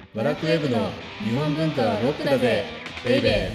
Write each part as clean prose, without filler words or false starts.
ワラクウェブの日本文化はロックだぜベイベー。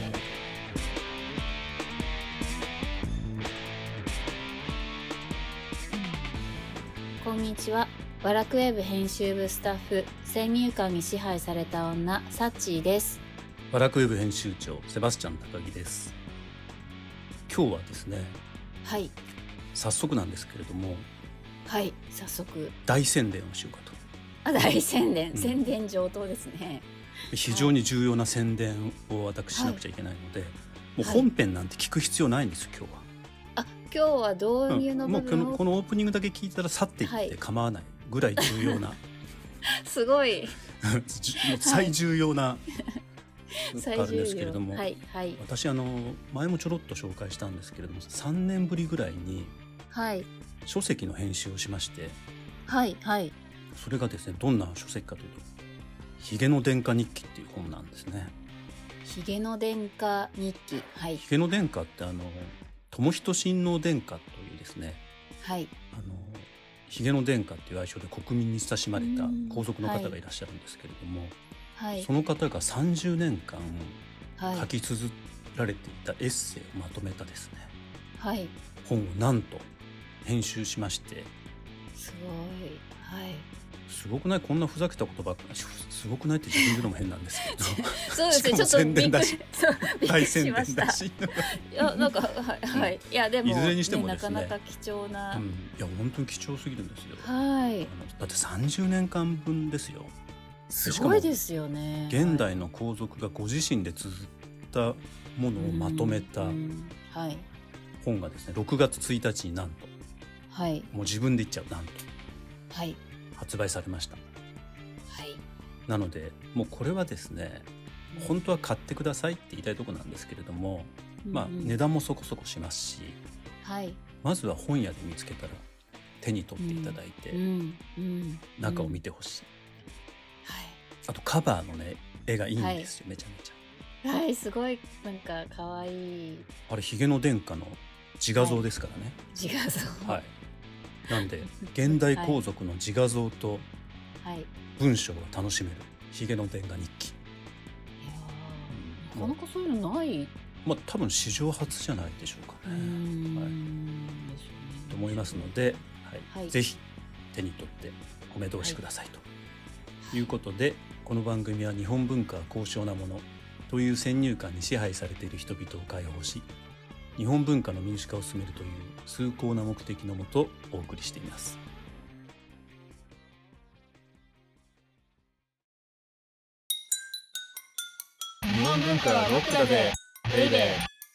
こんにちは。ワラクウェブ編集部スタッフ、先入観に支配された女、サッチーです。 ワラクウェブ編集長、セバスチャン高木です。今日はですね、 はい、 早速なんですけれども、 はい、早速大宣伝をしようかと。 大宣伝、宣伝上等ですね。 非常に重要な宣伝を私しなくちゃいけないので、もう本編なんて聞く必要ないんですよ、今日は。 今日は導入の部分を、 もうこのオープニングだけ聞いたら去っていって構わないぐらい重要な、 すごい最重要な、あるんですけれども、私前もちょろっと紹介したんですけれども、3年ぶりぐらいに書籍の編集をしまして、それがですね、どんな書籍かというと、ひげの殿下日記っていう本なんですね。 ひげの殿下日記、 ひげの殿下って友仁親王殿下というですね、ひげの殿下っていう愛称で国民に親しまれた皇族の方がいらっしゃるんですけれども、その方が30年間書き綴られていたエッセイをまとめたですね、本をなんと編集しまして、 すごい、 すごくない？こんなふざけたことばっかり、すごくないって自分で言うのも変なんですけどそうですね、ちょっと宣伝だし大宣伝伝だしいや、なんかいやでも、 いずれにしてもですね、 なかなか貴重な、 いや本当に貴重すぎるんですよ。だって30年間分ですよ。 すごいですよね。 現代の皇族がご自身で綴ったものをまとめた本がですね、6月1日になんと、もう自分で言っちゃう、なんと、発売されました。なのでもうこれはですね、本当は買ってくださいって言いたいところなんですけれども、値段もそこそこしますし、まずは本屋で見つけたら手に取っていただいて、中を見てほしい。あとカバーのね、絵がいいんですよ、めちゃめちゃ。 すごい、なんか可愛い。 あれひげの殿下の自画像ですからね。 自画像。 なんで現代皇族の自画像と文章が楽しめるひげの殿下日記。 なかなかそういうのない。 多分史上初じゃないでしょうかね。と思いますので、ぜひ手に取ってお目通しくださいということで、この番組は日本文化は高尚なものという先入観に支配されている人々を解放し、日本文化の民主化を進めるという崇高な目的のもとお送りしています。 日本文化はロックだぜベイベー。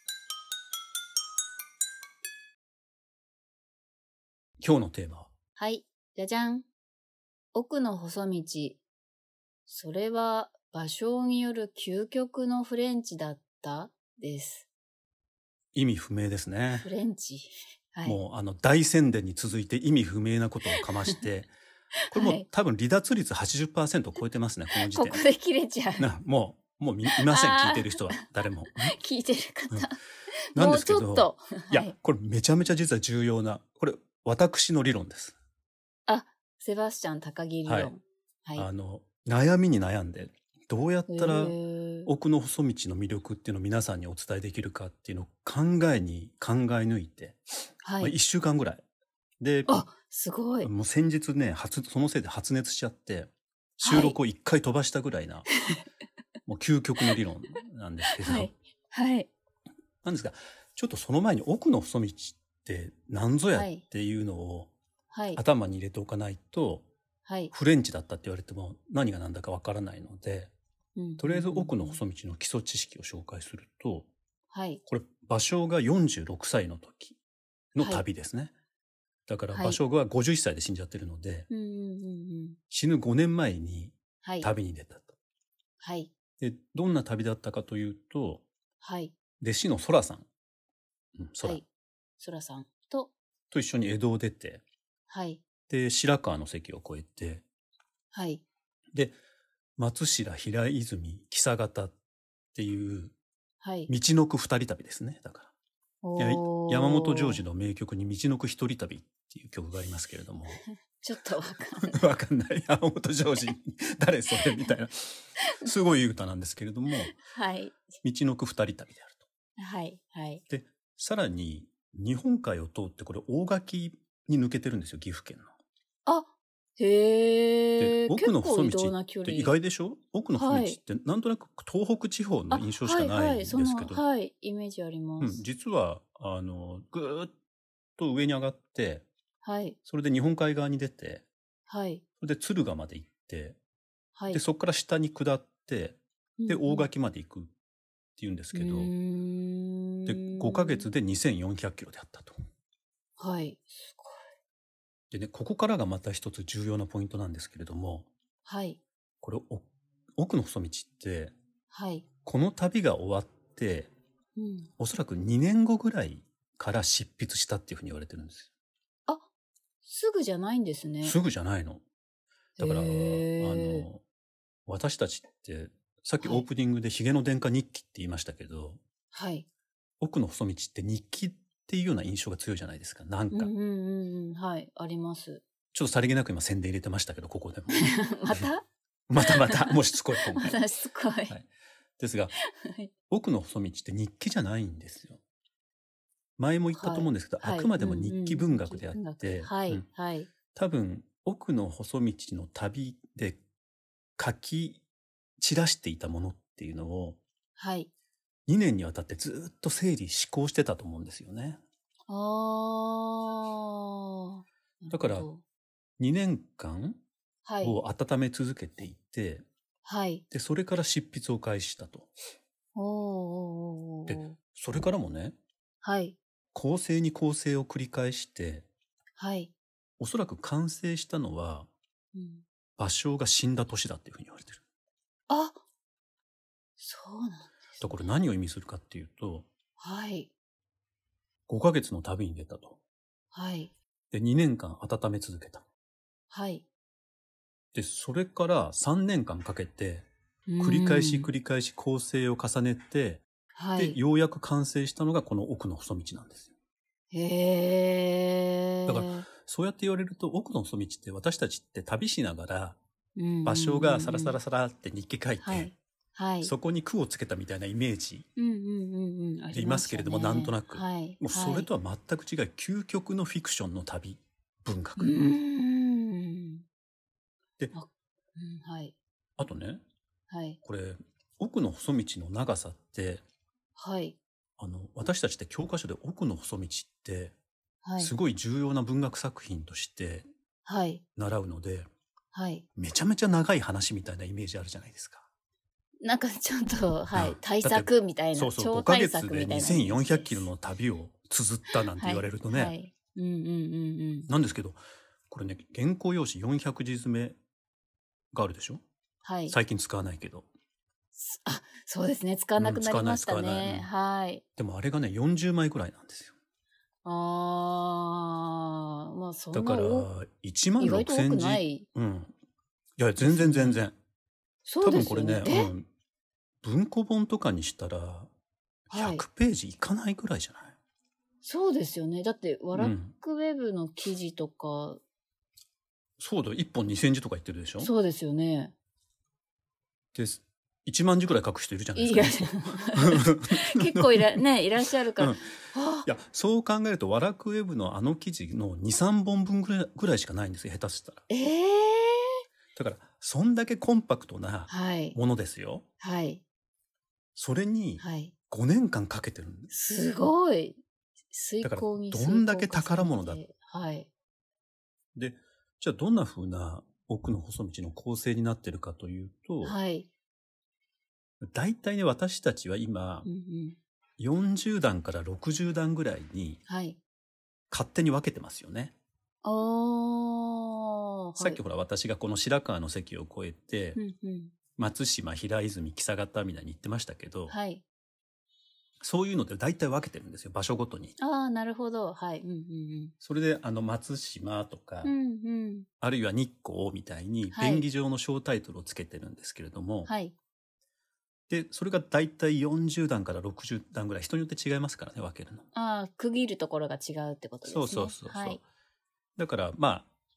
今日のテーマは、 じゃじゃん。奥の細道。それは芭蕉による究極のフレンチだったです。 意味不明ですね。 フレンチ。 もう大宣伝に続いて意味不明なことをかましてこれも多分離脱率 80% を超えてますね、この時点で。 ここで切れちゃう。 もういません、聞いてる人は誰も聞いてる方、 なんですけど、 もうちょっと、 いやこれめちゃめちゃ実は重要な、これ私の理論です。 セバスチャン高木理論。 悩みに悩んで、どうやったら奥の細道の魅力っていうのを皆さんにお伝えできるかっていうのを考え抜いて、1週間ぐらいで、 すごい。 もう先日ね、そのせいで発熱しちゃって収録を1回飛ばしたぐらいな、もう究極の理論なんですけど、なんですが、ちょっとその前に奥の細道って何ぞやっていうのを頭に入れておかないと、フレンチだったって言われても何が何だかわからないので、とりあえず奥の細道の基礎知識を紹介すると、これ芭蕉が46歳の時の旅ですね。だから芭蕉が51歳で死んじゃってるので、死ぬ5年前に旅に出たと。でどんな旅だったかというと、弟子の空さん、 空さんと一緒に江戸を出て、で白河の関を越えて、で松白、平泉、木佐方っていう道のく二人旅ですね。だから山本譲二の名曲に道のく一人旅っていう曲がありますけれどもちょっとわかんない。 わかんない。山本譲二。誰それみたいな。すごい歌なんですけれども、 はい。 道のく二人旅であると。 はいはい。 で、さらに日本海を通ってこれ大垣に抜けてるんですよ、岐阜県の。 あ、へで、 え。 奥の細結構移動道な距離。 って意外でしょ？奥の細道ってなんとなく東北地方の印象しかないんですけど、 はい、イメージあります。 実はぐーっと上に上がって、 はい。 それで日本海側に出て、 はい。 それで敦賀まで行って、 はい。 でそこから下に下って、で大垣まで行くっていうんですけど、で5ヶ月で2400キロであったと。 はい。すごい。 でね、ここからがまた一つ重要なポイントなんですけれども、 はい。 これ奥の細道って、 はい。 この旅が終わって、おそらく2年後ぐらいから執筆したっていうふうに言われてるんですよ。 あ、すぐじゃないんですね。 すぐじゃないの。だから私たちってさっきオープニングでヒゲの殿下日記って言いましたけど、はい、奥の細道って日記っていうような印象が強いじゃないですか。なんか、 はい、あります。 ちょっとさりげなく今宣伝入れてましたけど、ここでもまたまたもうしつこいと思う。 またしつこい、はい、 ですが、はい、奥の細道って日記じゃないんですよ。前も言ったと思うんですけど、はい、あくまでも日記文学であって、多分奥の細道の旅で書き散らしていたものっていうのを、はい、2年にわたってずっと整理思考してたと思うんですよね。だから2年間を温め続けていて、はい、でそれから執筆を開始したと。でそれからもね、はい、構成に構成を繰り返して、はい、おそらく完成したのは、芭蕉が死んだ年だっていうふうに言われてる。 あ、そうなんですね。 これ何を意味するかっていうと、 はい、 5ヶ月の旅に出たと。はい、で2年間温め続けた。はい、でそれから3年間かけて繰り返し繰り返し構成を重ねて、はい、でようやく完成したのがこの奥の細道なんですよ。へー。だからそうやって言われると、奥の細道って私たちって旅しながら、芭蕉がサラサラサラって日記書いて、はいはい、そこに句をつけたみたいなイメージでいますけれども、なんとなく、はい、もうそれとは全く違う究極のフィクションの旅文学で、はい、あとね、はい、これ奥の細道の長さって、はい、私たちって教科書で奥の細道ってすごい重要な文学作品として習うので、はい、めちゃめちゃ長い話みたいなイメージあるじゃないですか。 なんかちょっと、はい、大作みたいな、 そうそう、5ヶ月で2400キロの旅を綴ったなんて言われるとね、はい、なんですけど、これね、原稿用紙400字詰めがあるでしょ、はい、最近使わないけど。 あ、そうですね、使わなくなりましたね。はい。 でもあれがね、40枚くらいなんですよ。 まあそんなだから1万6000字。いや全然。 そうですよね。 多分これね、文庫本とかにしたら100ページいかないぐらいじゃない？ そうですよね。だってワラックウェブの記事とか、 そうだよ、1本2000字とか言ってるでしょ。 そうですよね。 です。1万字くらい書く人いるじゃないですか。 結構いらっしゃるから。いや、そう考えると、ワラクウェブのあの記事の2、3本分ぐらいしかないんですよ、下手したら。だから、そんだけコンパクトなものですよ。はい。それに、5年間かけてるんです。 すごい。 だから、どんだけ宝物だ。はい。で、じゃあどんな風な奥の細道の構成になってるかというと、はい。大体ね、私たちは今、40段から60段ぐらいに、勝手に分けてますよね。さっきほら、私がこの白河の関を越えて、松島、平泉、木佐方みたいに言ってましたけど、そういうので大体分けてるんですよ、場所ごとに。 なるほど。はい。 それで、松島とか、あるいは日光みたいに、便宜上の小タイトルをつけてるんですけれども、で、それがだいたい40段から60段ぐらい、人によって違いますからね、分けるの。 区切るところが違うってことですね。 そう。はい、だから、まあ、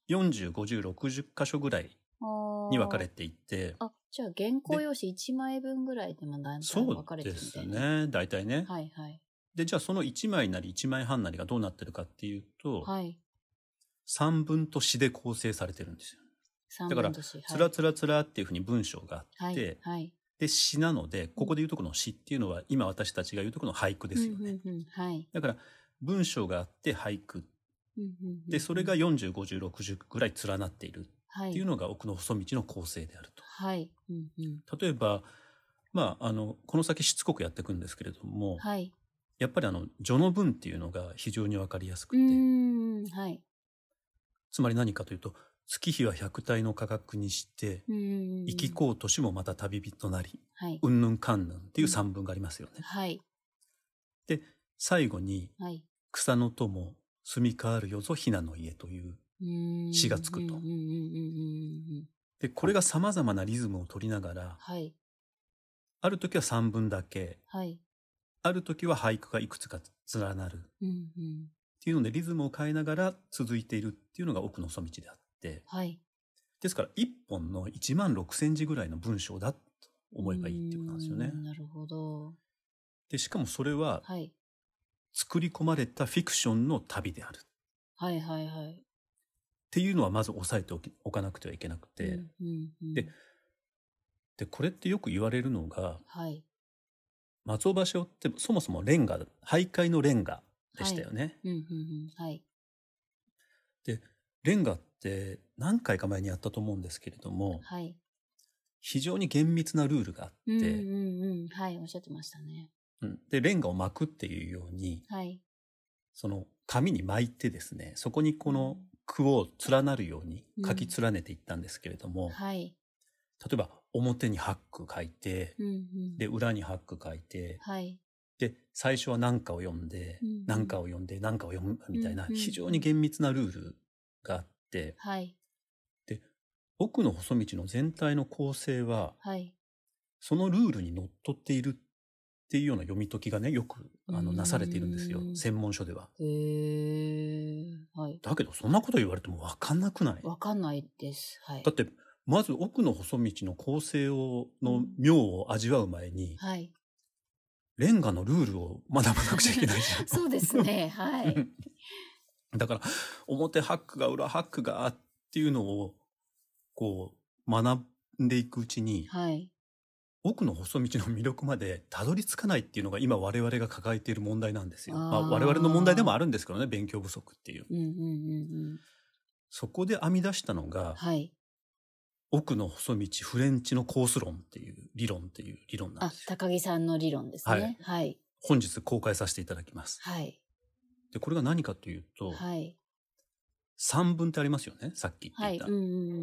40、50、60箇所ぐらいに分かれていて。 じゃあ原稿用紙1枚分ぐらいでもだんだん分かれてるみたいな。 そうですね。大体ね。 はいはい。で、 じゃあその1枚なり1枚半なりがどうなってるかっていうと、 はい。 3分と詩で構成されてるんですよ。だから、つらつらつらっていうふうに文章があって、はいはい、で、詩なので、ここで言うとこの詩っていうのは、今私たちが言うとこの俳句ですよね。はい、だから、文章があって俳句。で、それが40、50、60ぐらい連なっているっていうのが奥の細道の構成であると。はい、例えば、まあ、この先しつこくやっていくんですけれども、はい、やっぱり序の文っていうのが非常にわかりやすくて、はい、つまり何かというと、月日は百体の価格にして、生きこう年もまた旅人なり、うんぬんかんぬんっていう三文がありますよね。はい、で、最後に、草の友、住み変わるよぞひなの家という詩がつくと。で、これが様々なリズムを取りながら、はい、ある時は三文だけ、はい、ある時は俳句がいくつか連なる。っていうのでリズムを変えながら続いているっていうのが奥の細道であって、はい、ですから一本の1万6,000字ぐらいの文章だと思えばいいっていうことなんですよね。 なるほど。 でしかもそれは、はい、作り込まれたフィクションの旅である。はいはいはい。っていうのはまず押さえておかなくてはいけなくて、でこれってよく言われるのが、はい、松尾芭蕉ってそもそもレンガ、俳諧のレンガでしたよね。はい。で、レンガって何回か前にやったと思うんですけれども、はい、非常に厳密なルールがあって、 はい、おっしゃってましたね。 で、レンガを巻くっていうように、はい、その紙に巻いてですね、そこにこの句を連なるように書き連ねていったんですけれども、はい、例えば表に八句書いて、で裏に八句書いて、はい、で最初は何かを読んで、何かを読んで何かを読むみたいな、非常に厳密なルールがあって、はい、で奥の細道の全体の構成は、はい、そのルールにのっとっているっていうような読み解きがね、よくなされているんですよ、専門書では。はい、だけどそんなこと言われても分かんなくない？ 分かんないです。はい、 だってまず奥の細道の構成の妙を味わう前に、はい、レンガのルールを学ばなくちゃいけないじゃん。 そうですね。はい。 だから表八句が裏八句がっていうのをこう学んでいくうちに、はい、奥の細道の魅力までたどり着かないっていうのが今我々が抱えている問題なんですよ。まあ、我々の問題でもあるんですけどね、勉強不足っていう。そこで編み出したのが、はい、奥の細道フレンチのコース論っていう理論なんですよ。 高木さんの理論ですね。はい。はい、 本日公開させていただきます。はい。で、これが何かというと、はい、三文ってありますよね、さっき言っていた。はい、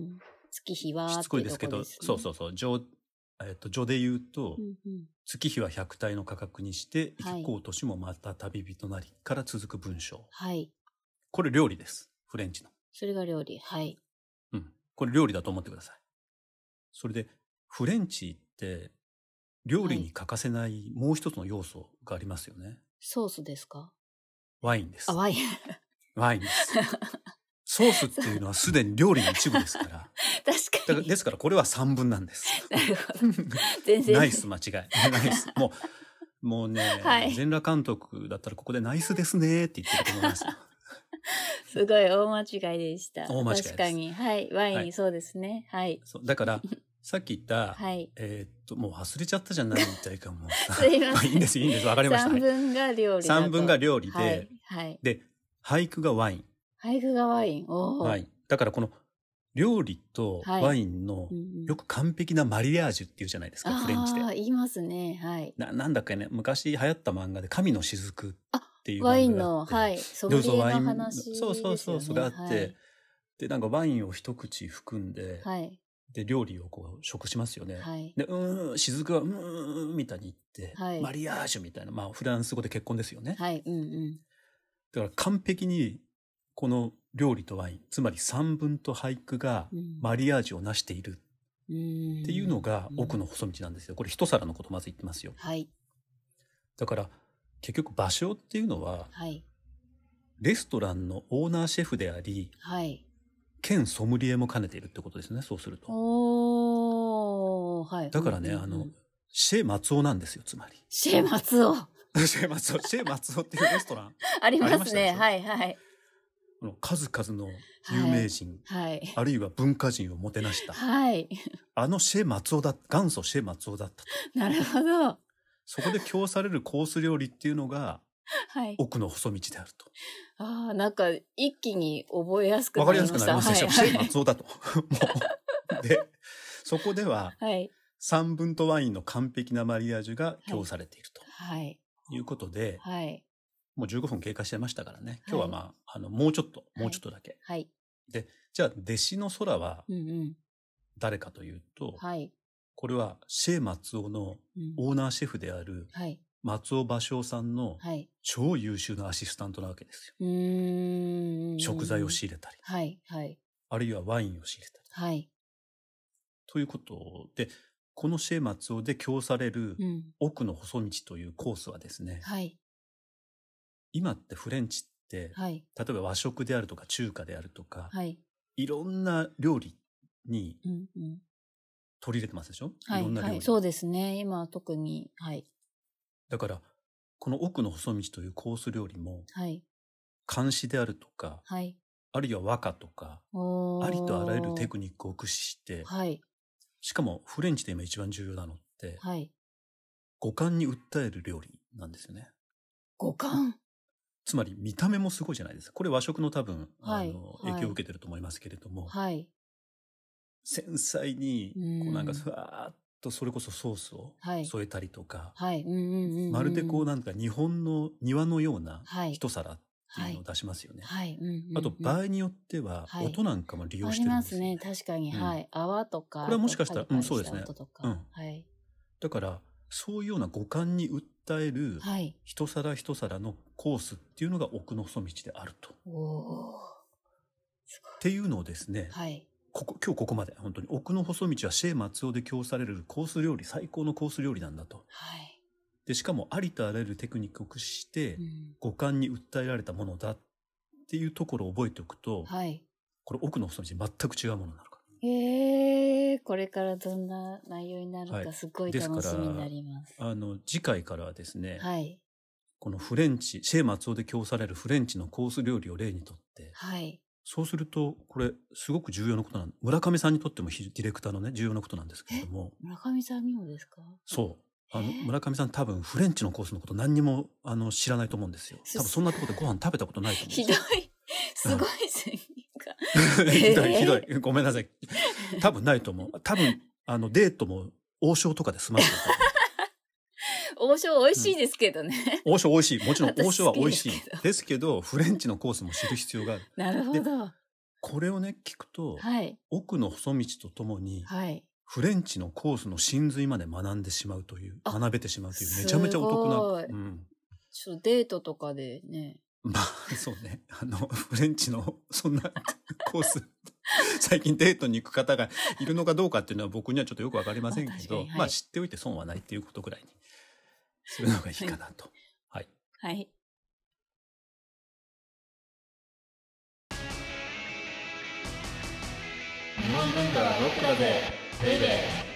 月日は、 しつこいですけど、そうそうそう、序で言うと、月日は百体の価格にして生きこう年もまた旅人なりから続く文章。はい。これ料理です、フレンチの。 それが料理。はい。 これ料理だと思ってください。それでフレンチって料理に欠かせないもう一つの要素がありますよね。 ソースですか？ ワインです。 ワイン。 ワインです。ソースっていうのはすでに料理の一部ですから。 確かに。 ですからこれは三文なんです。 なるほど。全然。 ナイス間違い。ナイス。もうね、はい、全裸監督だったらここでナイスですねって言ってると思いますよ。 すごい大間違いでした。 大間違いです。 確かに。はい。ワイン、はい、そうですね。はい。 だから、さっき言った、はい、もう忘れちゃったじゃないみたいかも。 すいません。 いいんです、わかりました。 三文が料理だと。 三文が料理で、 はいはい、 で、俳句がワイン。 俳句がワイン。 はい。だからこの料理とワインのよく完璧なマリアージュっていうじゃないですか、フレンチで。 言いますね。はい。 なんだっけね、昔流行った漫画で神の雫っていう漫画があって。 ワインの、はい。ソムリエの話ですよね。 そうがあって、はい、で、なんかワインを一口含んで、はい、で、料理をこう食しますよね。はい、で、雫はみたいに言って、はい、マリアージュみたいな、まあフランス語で結婚ですよね。はい。だから完璧にこの料理とワイン、つまり三文と俳句がマリアージュをなしているっていうのが奥の細道なんですよ。これ一皿のことまず言ってますよ。はい。だから結局芭蕉っていうのは、はい、レストランのオーナーシェフであり、はい、 兼ソムリエも兼ねているってことですね、そうすると。 おー、はい。 だからね、シェ松尾なんですよ、つまり。 シェ松尾。 シェ松尾、シェ松尾っていうレストランありますね。 ありましたでしょ。 はいはい。 数々の有名人、 はい。 あるいは文化人をもてなした。 はい。 シェ松尾だ、元祖シェ松尾だったと。 なるほど。 そこで供されるコース料理っていうのが、 はい。 奥の細道であると。 ああ、なんか一気に覚えやすくなりました。 わかりやすくなりますでしょ。シェ松尾だと。もう。で、そこでは、 はい。 三分とワインの完璧なマリアージュが供されていると。 はい。 いうことで、 はい。 もう15分経過しちゃいましたからね。今日はまあ、もうちょっとだけ。 はい。 で、じゃあ、弟子の空は、 うん誰かというと、 はい。 これは、シェ松尾のオーナーシェフである、 はい。 松尾芭蕉さんの超優秀なアシスタントなわけですよ。食材を仕入れたり、 はいはい、 あるいはワインを仕入れたり。 はい、 ということで、このシェ松尾で供される奥の細道というコースはですね、 はい、 今ってフレンチって、はい、例えば和食であるとか中華であるとか、はい、いろんな料理に取り入れてますでしょ、いろんな料理、はい、 そうですね。今特に、はい。 だから、この奥の細道というコース料理も、はい、漢詩であるとか、はい、あるいは和歌とか、ありとあらゆるテクニックを駆使して、はい、しかもフレンチで今一番重要なのって、はい、五感に訴える料理なんですよね。 五感？ つまり見た目もすごいじゃないですか。これ和食の多分、はい、影響を受けてると思いますけれども、はい、繊細にこうなんかふわーっとそれこそソースを添えたりとか、はい、まるでこうなんか日本の庭のような一皿っていうのを出しますよね。はい、あと場合によっては音なんかも利用してるんですよね。 ありますね、確かに、はい、泡とか。 これはもしかしたら、そうですね。はい。だからそういうような五感に訴える一皿一皿のコースっていうのが奥の細道であると。っていうのをですね。はい。今日ここまで本当に奥の細道はシェ松尾で供されるコース料理、最高のコース料理なんだと。はい。でしかもありとあらゆるテクニックを駆使して、五感に訴えられたものだっていうところを覚えておくと、はい。これ奥の細道全く違うものになるから。 これからどんな内容になるかすごい楽しみになります。 次回からはですね、はい。このフレンチ、シェ松尾で供されるフレンチのコース料理を例にとって、はい。そうすると、これ、すごく重要なことなん、村上さんにとってもディレクターのね、重要なことなんですけれども。 村上さんにもですか？ そう。村上さん多分フレンチのコースのこと何にも、知らないと思うんですよ。多分そんなところでご飯食べたことないと思うんですよ。 ひどい。すごい宣言が。ひどい。ごめんなさい。多分ないと思う。多分、デートも王将とかで済ませてた。 王将美味しいですけどね。 王将美味しい。もちろん王将は美味しい。ですけど、フレンチのコースも知る必要がある。 なるほど。 これをね、聞くと、はい、奥の細道とともに、はい、フレンチのコースの真髄まで学んでしまうという、学べてしまうという、めちゃめちゃお得な。 ちょっとデートとかでね。 まあ、そうね。フレンチの、そんなコース、最近デートに行く方がいるのかどうかっていうのは僕にはちょっとよくわかりませんけど、まあ知っておいて損はないっていうことぐらいにするのがいいかなと。はい。はい。 日本文化はロックだぜ、ベイベー。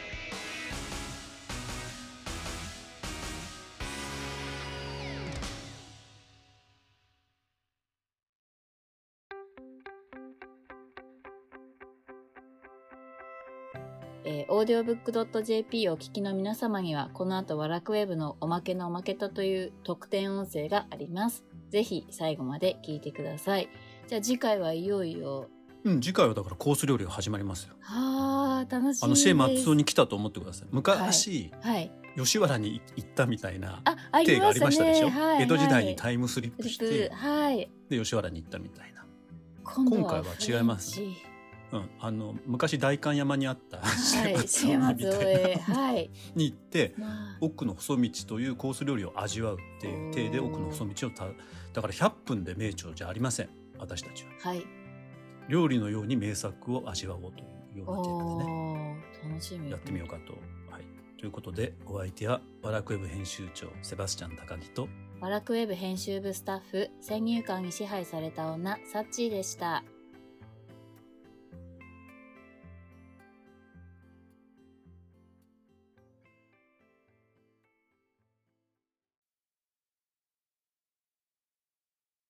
オーディオブック .jp をお聞きの皆様には、この後ワラクウェブのおまけのおまけという特典音声があります。ぜひ最後まで聞いてください。じゃあ次回はいよいよ。 次回はだからコース料理が始まりますよ。 はあ、楽しみです。 シェ松尾に来たと思ってください。昔、はい、吉原に行ったみたいな体がありましたでしょ。はい、江戸時代にタイムスリップして、はい、で吉原に行ったみたいな。今回は違います。昔代官山にあったシェ松尾みたいな、はい、に行って、奥の細道というコース料理を味わうっていう体で奥の細道をだから100分で名著じゃありません、私たちは。はい。料理のように名作を味わおうというようなテーマでね、 楽しみやってみようかと。はい。ということで、お相手はワラクウェブ編集長セバスチャン高木と、 ワラクウェブ編集部スタッフ、先入観に支配された女サッチーでした。